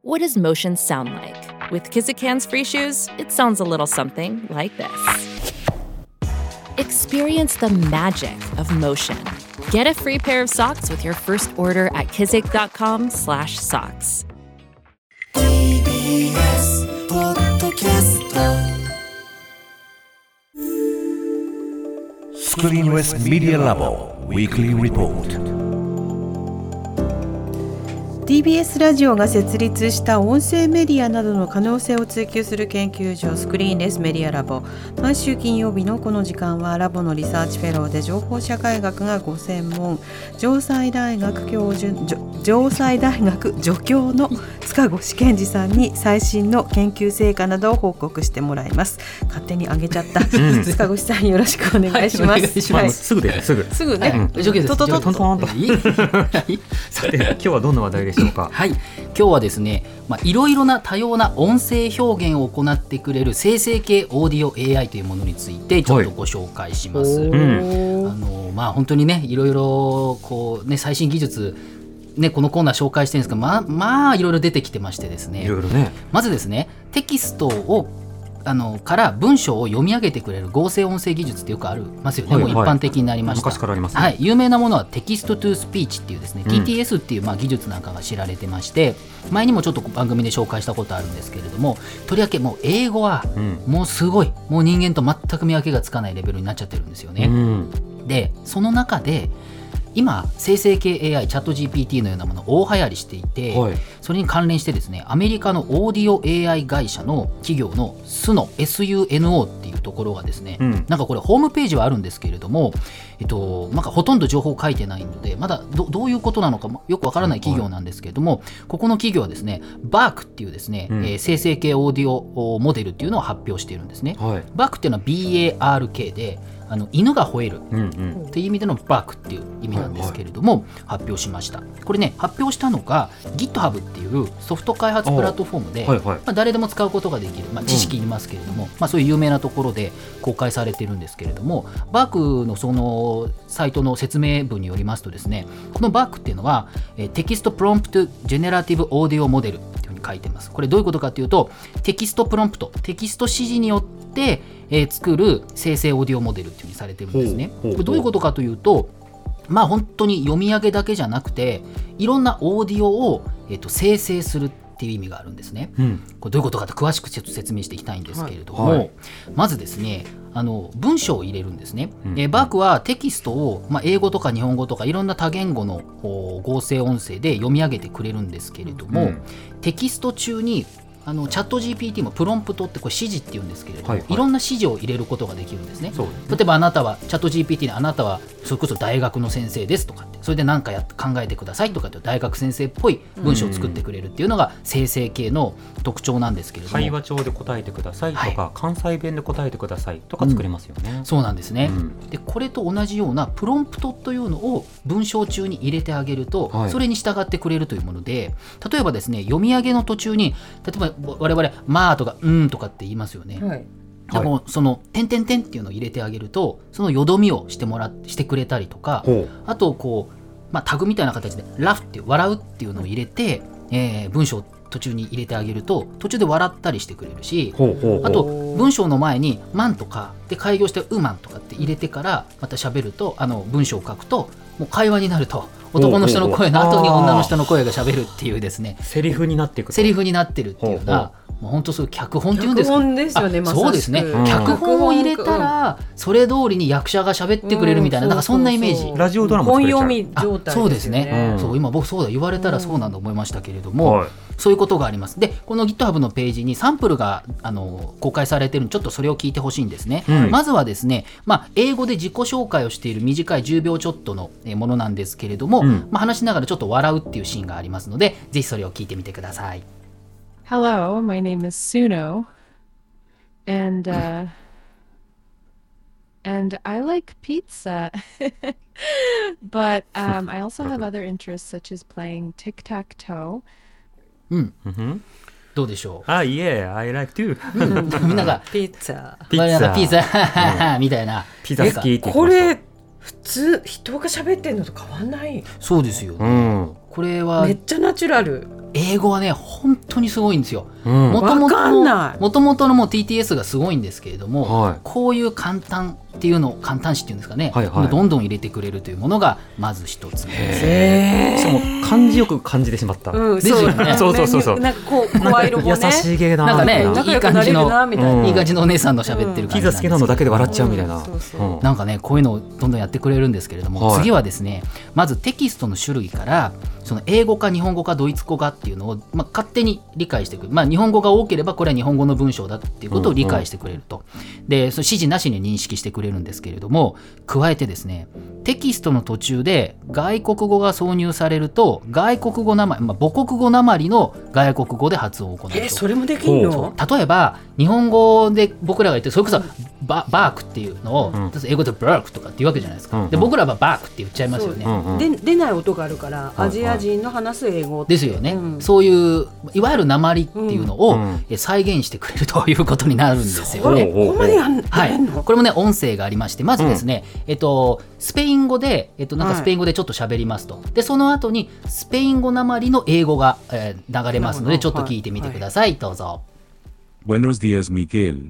What does motion sound like? With Kizik hands-free shoes, it sounds a little something like this. Experience the magic of motion. Get a free pair of socks with your first order at kizik.com/socks. TBS ポッドキャストスクリーンレスメディアラボウィークリーリポート。 TBS ラジオが設立した音声メディアなどの可能性を追求する研究所スクリーンレスメディアラボ。毎週金曜日のこの時間はラボのリサーチフェローで情報社会学がご専門、城西大学助教の塚越健二さんに最新の研究成果などを報告してもらいます。勝手に上げちゃった塚越さん、よろしくお願いします。 はい、お願いします。すぐね。すぐね。 トトトトトンと。さて、今日はどんな話題でしょうか。 はい、今日はですね、いろいろな多様な音声表現を行ってくれる生成系オーディオ AI というものについてちょっとご紹介します。本当にね、いろいろこうね、最新技術ね、このコーナー紹介してるんですけど、いろいろ出てきてましてですね、 いろいろね。 まずですね、テキストをから文章を読み上げてくれる合成音声技術ってよくありますよね、もう一般的になりました。 昔からありますね。 はい、有名なものはテキストトゥースピーチっていうですね、TTS っていう技術なんかが知られてまして、前にもちょっと番組で紹介したことあるんですけれども、とりわけもう英語はもうすごい、もう人間と全く見分けがつかないレベルになっちゃってるんですよね。で、その中で今生成系 AI チャット GPT のようなもの大流行りしていて、それに関連してですね、アメリカのオーディオ AI 会社の企業のSUNO っていうところがですね、なんかこれホームページはあるんですけれども、なんかほとんど情報書いてないので、まだ どういうことなのかよくわからない企業なんですけれども、ここの企業はですね、BARC っていうですね、生成系オーディオモデルっていうのを発表しているんですね。BARC っていうのは BARK で、犬が吠えるっていう意味でのバークっていう意味なんですけれども、発表しました。これね、発表したのが GitHub っていうソフト開発プラットフォームで、誰でも使うことができる、知識いりますけれども、そういう有名なところで公開されてるんですけれども、バークのそのサイトの説明文によりますとですね、このバークっていうのはテキストプロンプトジェネラティブオーディオモデルっていうふうに書いてます。これどういうことかというと、テキストプロンプト、テキスト指示によって作る生成オーディオモデルっていう風にされてるんですね。これどういうことかというと、本当に読み上げだけじゃなくて、いろんなオーディオを、生成するっていう意味があるんですね。これどういうことかと詳しくちょっと説明していきたいんですけれども、まずですね、文章を入れるんですね。バークはテキストを、英語とか日本語とかいろんな多言語の合成音声で読み上げてくれるんですけれども、テキスト中にチャット GPT もプロンプトってこれ指示って言うんですけれども、いろんな指示を入れることができるんですね。例えばあなたはチャット GPT にあなたはそれこそ大学の先生ですとかって、それで何か考えてくださいとかって大学先生っぽい文章を作ってくれるっていうのが生成系の特徴なんですけれども、 会話帳で答えてくださいとか、関西弁で答えてくださいとか作れますよね。 そうなんですね。でこれと同じようなプロンプトというのを文章中に入れてあげると、それに従ってくれるというもので、例えばですね、読み上げの途中に例えば我々とかとかって言いますよね。でもその点々点っていうのを入れてあげると、そのよどみをしてくれたりとか、あとこう、タグみたいな形でラフっていう笑うっていうのを入れて、文章を途中に入れてあげると途中で笑ったりしてくれるし、あと文章の前にマンとかで開業してウーマンとかって入れてからまた喋ると、文章を書くともう会話になると、男の人の声の後に女の人の声が喋るっていうですね、 セリフになっていく、 セリフになってるっていうような、もう本当そういう脚本っていうんですか。 脚本ですよね、まさしく。 そうですね、脚本を入れたらそれ通りに役者が喋ってくれるみたいな、なんかそんなイメージ。 ラジオドラマ作れちゃう。 本読み状態ですよね。 そうですね。そう今僕そうだ言われたらそうなんだ思いましたけれども、そういうことがあります。でこの GitHub のページにサンプルが公開されているので、ちょっとそれを聞いてほしいんですね。まずはですね、英語で自己紹介をしている短い10秒ちょっとのものなんですけれども、話しながらちょっと笑うっていうシーンがありますので、ぜひそれを聞いてみてください。 Hello, my name is Suno, and I like pizza, but I also have other interests such as playing tic-tac-toe. どうでしょう。 Yeah, I like too. みんながピッツァみたいな。 ピザ好きって言ってました。 これ普通人が喋ってんのと変わんない。 そうですよ、これはめっちゃナチュラル。 英語はね本当にすごいんですよ。 わかんない。 もともとのもう TTS がすごいんですけれども、 はい、 こういう簡単っていうのを簡単詞っていうんですかね、 はいはい、 どんどん入れてくれるというものがまず一つ目です。 しかも漢字よく感じてしまった、 ですよね。 そうなんかこう声色もね優しいげな、 なんかね仲良くなれるなみたいな、 いい感じのお姉さんの喋ってる感じなんですけど、 ピザ好きなのだけで笑っちゃうみたいな、 なんかねこういうのをどんどんやってくれるんですけれども、次はですね、まずテキストの種類からその英語か日本語かドイツ語かっていうのを、勝手に理解してくる、日本語が多ければこれは日本語の文章だっていうことを理解してくれると、でその指示なしに認識してくれるんですけれども、加えてですねテキストの途中で外国語が挿入されると外国語なまり、母国語なまりの外国語で発音を行うと。 それもできるの？ 例えば日本語で僕らが言ってそれこそバークっていうのを、英語でバークとかっていうわけじゃないですか、で僕らはバークって言っちゃいますよね、 出ない音があるからアジア人の話す英語ですよね、そういういわゆる訛りっていうのを、再現してくれるということになるんですよね。 ここまでやんの？ これもね音声がありまして、まずですね、スペイン語で、なんかスペイン語でちょっと喋りますと、でその後にスペイン語なまりの英語が、流れますのでちょっと聞いてみてください、どうぞ。 Buenos días, Miguel.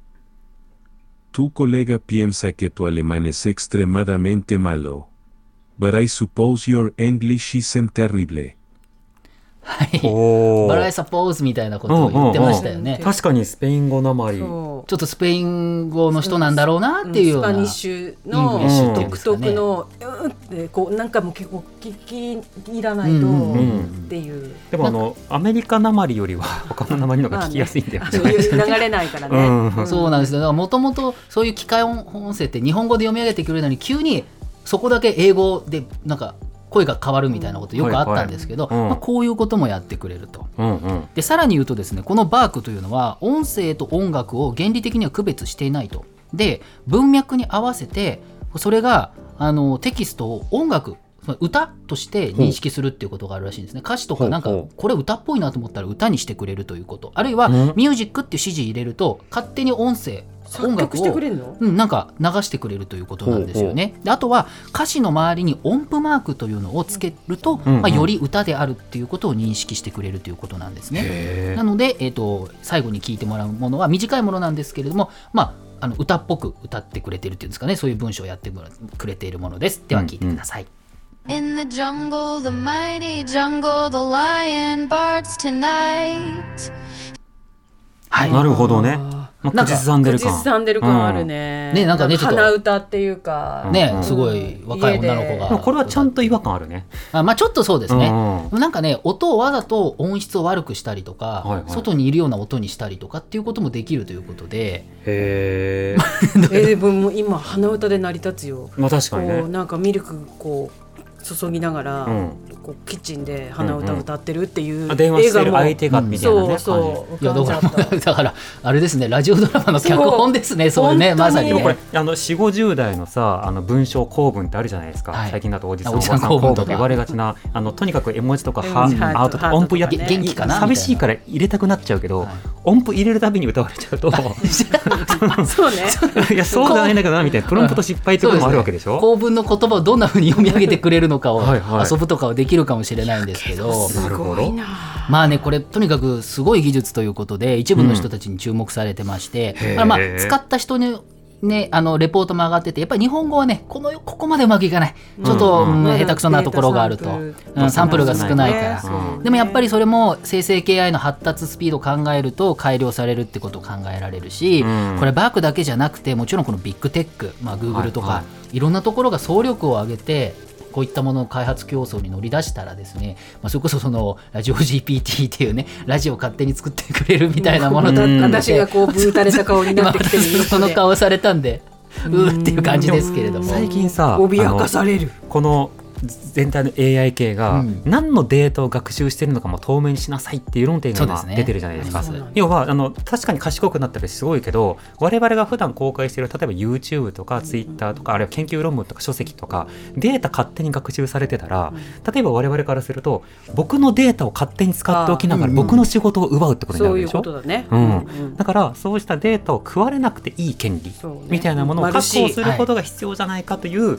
Tu colega piensa que tu alemán es extremadamente malo. But I suppose your English isn't terrible. はい、バライサポーズみたいなことを言ってましたよね。 確かにスペイン語なまり、ちょっとスペイン語の人なんだろうなっていうような、 スパニッシュの独特のこうなんかも結構聞き入らないとっていう。 でもアメリカなまりよりは他のなまりの方が聞きやすいんだよね。 流れないからね。 そうなんですよ。もともとそういう機械音声って日本語で読み上げてくれるのに急にそこだけ英語でなんか声が変わるみたいなことよくあったんですけど、こういうこともやってくれると、でさらに言うとですね、このバークというのは音声と音楽を原理的には区別していないと。で文脈に合わせてそれがテキストを音楽歌として認識するっていうことがあるらしいんですね。歌詞とかなんかこれ歌っぽいなと思ったら歌にしてくれるということ、あるいはミュージックっていう指示入れると勝手に音楽をなんか流してくれるということなんですよね。であとは歌詞の周りに音符マークというのをつけると、より歌であるっていうことを認識してくれるということなんですね。なので、最後に聞いてもらうものは短いものなんですけれども、歌っぽく歌ってくれてるっていうんですかね、そういう文章をやってくれているものです。では聞いてください。 In the jungle, the mighty jungle, the lion barks tonight. はい、 なるほどね。口ずさんでる感。 口ずさんでる感あるね。 ね、なんかね、ちょっと鼻歌っていうかね、すごい若い女の子が。 これはちゃんと違和感あるね。 ちょっとそうですね。なんかね、音をわざと音質を悪くしたりとか、外にいるような音にしたりとかっていうこともできるということで。 へでも今鼻歌で成り立つよ。 確かにね。 なんかミルクこう注ぎながら、こうキッチンで鼻歌歌ってるっていう電話してる相手がみたいなね。 いやだからあれですね、ラジオドラマの脚本ですね。そういうね、まさに。 でもこれ4、50代のさ文章構文ってあるじゃないですか。最近だとおじさんおばさん構文とか言われがちなとにかく絵文字とかアートとか音符やって元気かな寂しいから入れたくなっちゃうけど、音符入れるたびに歌われちゃうとそうね。 いやそうじゃないんだけどなみたいなプロンプト失敗ってこともあるわけでしょ。 構文の言葉をどんな風に読み上げてくれるのかを遊ぶとかはできるかもしれないんですけど、 すごいな。 これとにかくすごい技術ということで一部の人たちに注目されてまして、使った人にね、レポートも上がってて、やっぱり日本語はねここまでうまくいかない、ちょっと下手くそなところがあると、サンプルが少ないから、でもやっぱりそれも生成 AI の発達スピードを考えると改良されるってことを考えられるし、これバークだけじゃなくてもちろんこのビッグテック、Google とか、いろんなところが総力を挙げてこういったものの開発競争に乗り出したらですね、それこそそのラジオ GPT っていうねラジオを勝手に作ってくれるみたいなものだったんで、 私がこうブータれた顔になってきてるその顔されたんでっていう感じですけれども、 最近さ脅かされるこの全体の AI 系が何のデータを学習しているのかも透明にしなさいっていう論点が今出てるじゃないですか。要は確かに賢くなったらすごいけど、我々が普段公開している例えば YouTube とか Twitter とかあるいは研究論文とか書籍とかデータ勝手に学習されてたら、例えば我々からすると僕のデータを勝手に使っておきながら僕の仕事を奪うってことになるでしょ。 そういうことだね。 だからそうしたデータを食われなくていい権利みたいなものを確保することが必要じゃないかという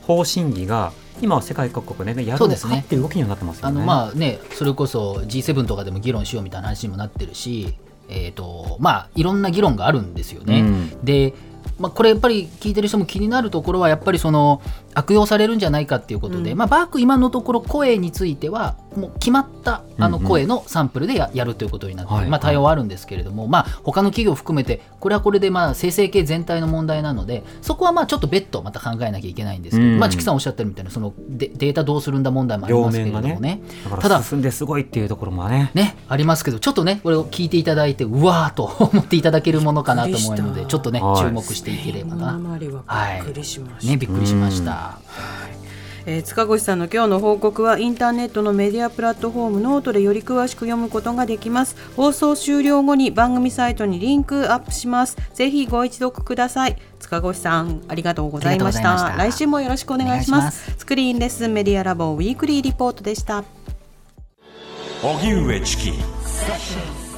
法審議が今は世界各国で、ね、やろうかっていう動きにはなってますよね。 まあね、それこそ G7 とかでも議論しようみたいな話にもなってるし、まあいろんな議論があるんですよね。で、これやっぱり聞いてる人も気になるところはやっぱりその悪用されるんじゃないかっていうことで、バーク今のところ声についてはもう決まった声のサンプルで やるということになって、対応はあるんですけれども、他の企業を含めてこれはこれで生成系全体の問題なので、そこはちょっと別途また考えなきゃいけないんですけど、チキさんおっしゃってるみたいなそのデータどうするんだ問題もありますけれどもね、 ただ進んですごいっていうところもねありますけど、ちょっとねこれを聞いていただいてうわーと思っていただけるものかなと思うので、ちょっとね注目していければな。 びっくりしました。 びっくりしました。 塚越さんの今日の報告はインターネットのメディアプラットフォームノートでより詳しく読むことができます。放送終了後に番組サイトにリンクアップします。ぜひご一読ください。塚越さんありがとうございました。来週もよろしくお願いします。スクリーンレスメディアラボウィークリーリポートでした。 荻上チキ